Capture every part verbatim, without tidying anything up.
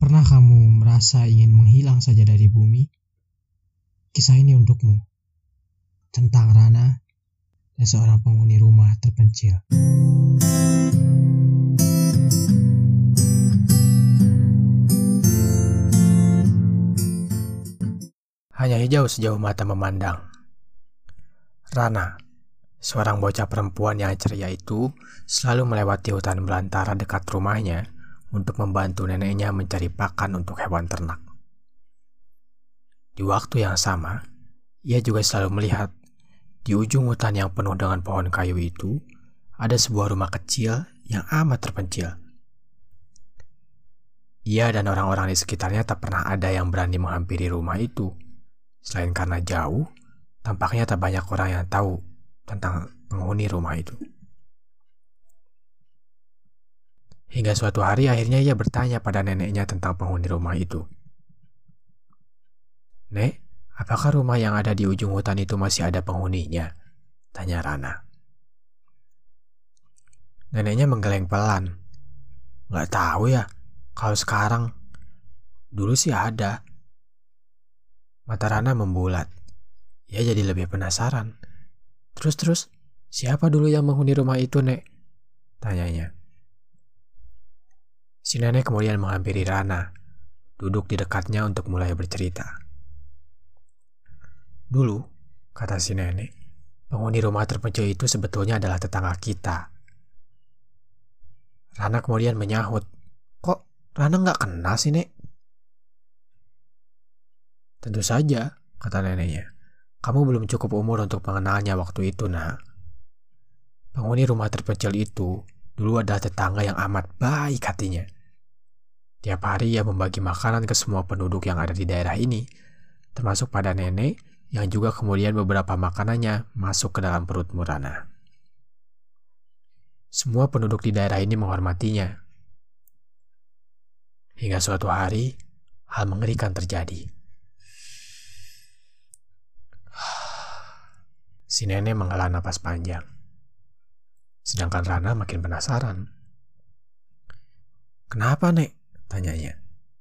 Pernah kamu merasa ingin menghilang saja dari bumi? Kisah ini untukmu, tentang Rana dan seorang penghuni rumah terpencil. Hanya hijau sejauh mata memandang. Rana, seorang bocah perempuan yang ceria itu, selalu melewati hutan belantara dekat rumahnya untuk membantu neneknya mencari pakan untuk hewan ternak. Di waktu yang sama, ia juga selalu melihat di ujung hutan yang penuh dengan pohon kayu itu ada sebuah rumah kecil yang amat terpencil. Ia dan orang-orang di sekitarnya tak pernah ada yang berani menghampiri rumah itu. Selain karena jauh, tampaknya tak banyak orang yang tahu tentang penghuni rumah itu. Hingga suatu hari akhirnya ia bertanya pada neneknya tentang penghuni rumah itu. "Nek, apakah rumah yang ada di ujung hutan itu masih ada penghuninya?" tanya Rana. Neneknya menggeleng pelan. "Gak tahu ya, kalau sekarang. Dulu sih ada." Mata Rana membulat. Ia jadi lebih penasaran. Terus-terus, siapa dulu yang menghuni rumah itu, Nek? Tanyanya. Si nenek kemudian menghampiri Rana, duduk di dekatnya untuk mulai bercerita. "Dulu," kata si nenek, "penghuni rumah terpencil itu sebetulnya adalah tetangga kita." Rana kemudian menyahut, "Kok Rana nggak kenal sih, Nek?" "Tentu saja," kata neneknya. "Kamu belum cukup umur untuk mengenalnya waktu itu, nak. Penghuni rumah terpencil itu dulu adalah tetangga yang amat baik hatinya. Tiap hari ia membagi makanan ke semua penduduk yang ada di daerah ini, termasuk pada nenek yang juga kemudian beberapa makanannya masuk ke dalam perut Rana. Semua penduduk di daerah ini menghormatinya. Hingga suatu hari, hal mengerikan terjadi." Si nenek menghela napas panjang. Sedangkan Rana makin penasaran. "Kenapa, Nek?" tanyanya.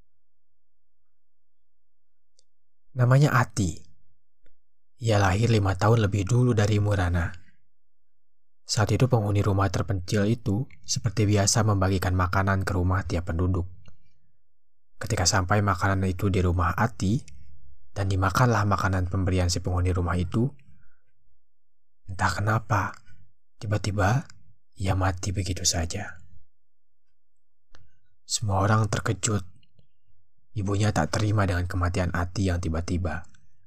"Namanya Ati. Ia lahir lima tahun lebih dulu darimu, Rana. Saat itu penghuni rumah terpencil itu seperti biasa membagikan makanan ke rumah tiap penduduk. Ketika sampai makanan itu di rumah Ati, dan dimakanlah makanan pemberian si penghuni rumah itu, entah kenapa, tiba-tiba ia mati begitu saja. Semua orang terkejut. Ibunya tak terima dengan kematian Ati yang tiba-tiba.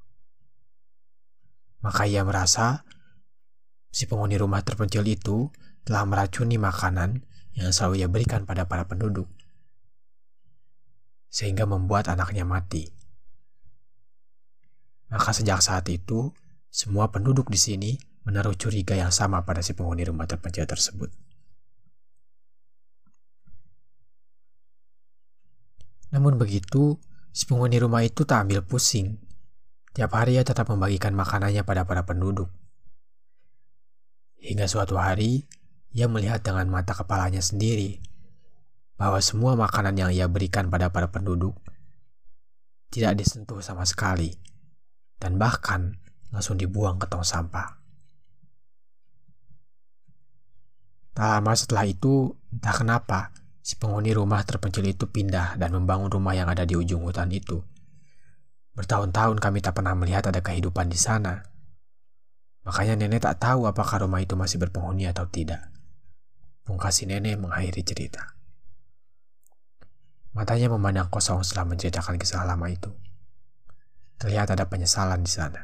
Maka ia merasa si penghuni rumah terpencil itu telah meracuni makanan yang selalu ia berikan pada para penduduk, sehingga membuat anaknya mati. Maka sejak saat itu, semua penduduk di sini menaruh curiga yang sama pada si penghuni rumah terpencil tersebut. Namun begitu, si penghuni rumah itu tak ambil pusing. Tiap hari ia tetap membagikan makanannya pada para penduduk. Hingga suatu hari, ia melihat dengan mata kepalanya sendiri bahwa semua makanan yang ia berikan pada para penduduk tidak disentuh sama sekali, dan bahkan langsung dibuang ke tong sampah. Tak lama setelah itu, entah kenapa, si penghuni rumah terpencil itu pindah dan membangun rumah yang ada di ujung hutan itu. Bertahun-tahun kami tak pernah melihat ada kehidupan di sana. Makanya nenek tak tahu apakah rumah itu masih berpenghuni atau tidak. Pungkas si nenek mengakhiri cerita. Matanya memandang kosong setelah menceritakan kisah lama itu. Terlihat ada penyesalan di sana.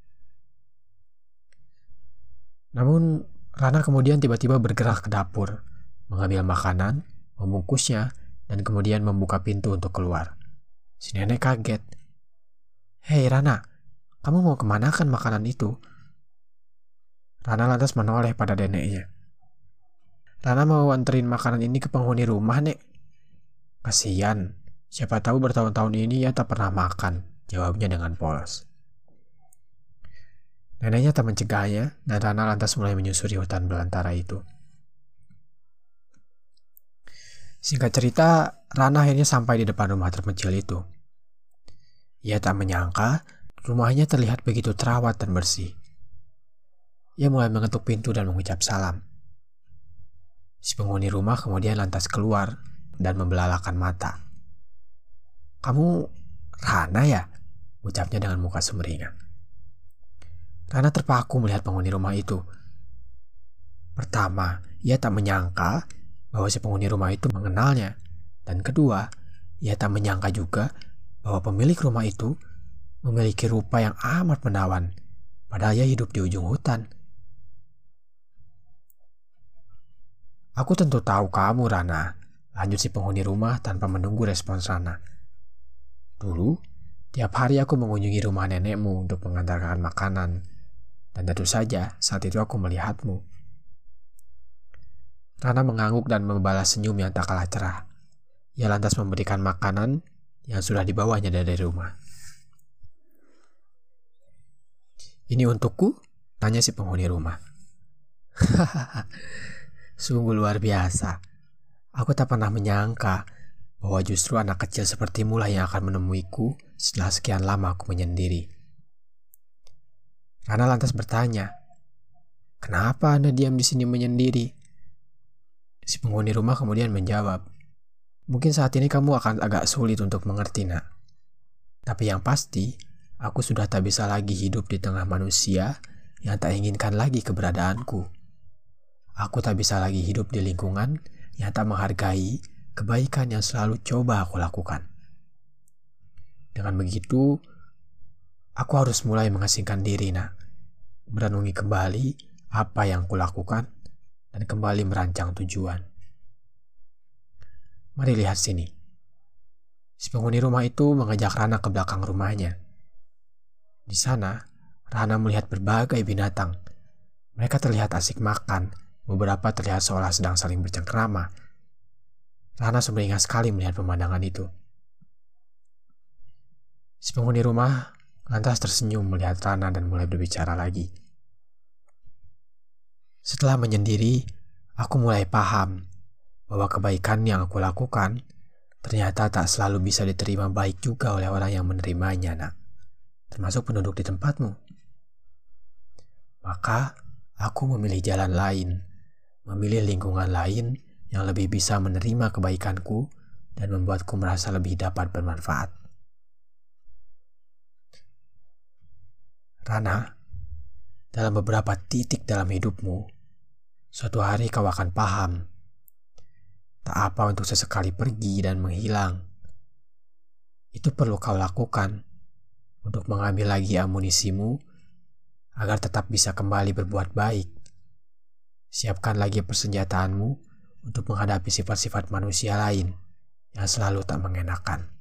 Namun, Rana kemudian tiba-tiba bergerak ke dapur, mengambil makanan, membungkusnya, dan kemudian membuka pintu untuk keluar. Si nenek kaget. "Hei Rana, kamu mau kemanakan makanan itu?" Rana lantas menoleh pada neneknya. "Rana mau anterin makanan ini ke penghuni rumah, Nek. Kasian, siapa tahu bertahun-tahun ini ia tak pernah makan," jawabnya dengan polos. Neneknya tak mencegahnya, dan Rana lantas mulai menyusuri hutan belantara itu. Singkat cerita, Rana akhirnya sampai di depan rumah terpencil itu. Ia tak menyangka rumahnya terlihat begitu terawat dan bersih. Ia mulai mengetuk pintu dan mengucap salam. Si penghuni rumah kemudian lantas keluar dan membelalakan mata. "Kamu Rana ya?" ucapnya dengan muka sumringah. Rana terpaku melihat penghuni rumah itu. Pertama, ia tak menyangka bahwa si penghuni rumah itu mengenalnya. Dan kedua, ia tak menyangka juga bahwa pemilik rumah itu memiliki rupa yang amat menawan, padahal ia hidup di ujung hutan. "Aku tentu tahu kamu, Rana," lanjut si penghuni rumah tanpa menunggu respons Rana. "Dulu, tiap hari aku mengunjungi rumah nenekmu untuk mengantarkan makanan. Dan tentu saja saat itu aku melihatmu." Rana mengangguk dan membalas senyum yang tak kalah cerah. Ia lantas memberikan makanan yang sudah dibawanya dari rumah. "Ini untukku?" tanya si penghuni rumah. "Hahaha, sungguh luar biasa. Aku tak pernah menyangka bahwa justru anak kecil sepertimu lah yang akan menemuiku setelah sekian lama aku menyendiri." Rana lantas bertanya, "Kenapa Anda diam di sini menyendiri?" Si penghuni rumah kemudian menjawab, "Mungkin saat ini kamu akan agak sulit untuk mengerti, nak. Tapi yang pasti, aku sudah tak bisa lagi hidup di tengah manusia yang tak inginkan lagi keberadaanku. Aku tak bisa lagi hidup di lingkungan yang tak menghargai kebaikan yang selalu coba aku lakukan. Dengan begitu, aku harus mulai mengasingkan diri, nak. Merenungi kembali apa yang kulakukan dan kembali merancang tujuan." "Mari lihat sini." Si penghuni rumah itu mengajak Rana ke belakang rumahnya. Di sana, Rana melihat berbagai binatang. Mereka terlihat asik makan, beberapa terlihat seolah sedang saling bercengkrama. Rana sumringah sekali melihat pemandangan itu. Si penghuni rumah lantas tersenyum melihat Rana dan mulai berbicara lagi. "Setelah menyendiri, aku mulai paham bahwa kebaikan yang aku lakukan ternyata tak selalu bisa diterima baik juga oleh orang yang menerimanya, nak. Termasuk penduduk di tempatmu. Maka, aku memilih jalan lain, memilih lingkungan lain yang lebih bisa menerima kebaikanku dan membuatku merasa lebih dapat bermanfaat." Rana, dalam beberapa titik dalam hidupmu, suatu hari kau akan paham, tak apa untuk sesekali pergi dan menghilang. Itu perlu kau lakukan untuk mengambil lagi amunisimu agar tetap bisa kembali berbuat baik. Siapkan lagi persenjataanmu untuk menghadapi sifat-sifat manusia lain yang selalu tak mengenakan.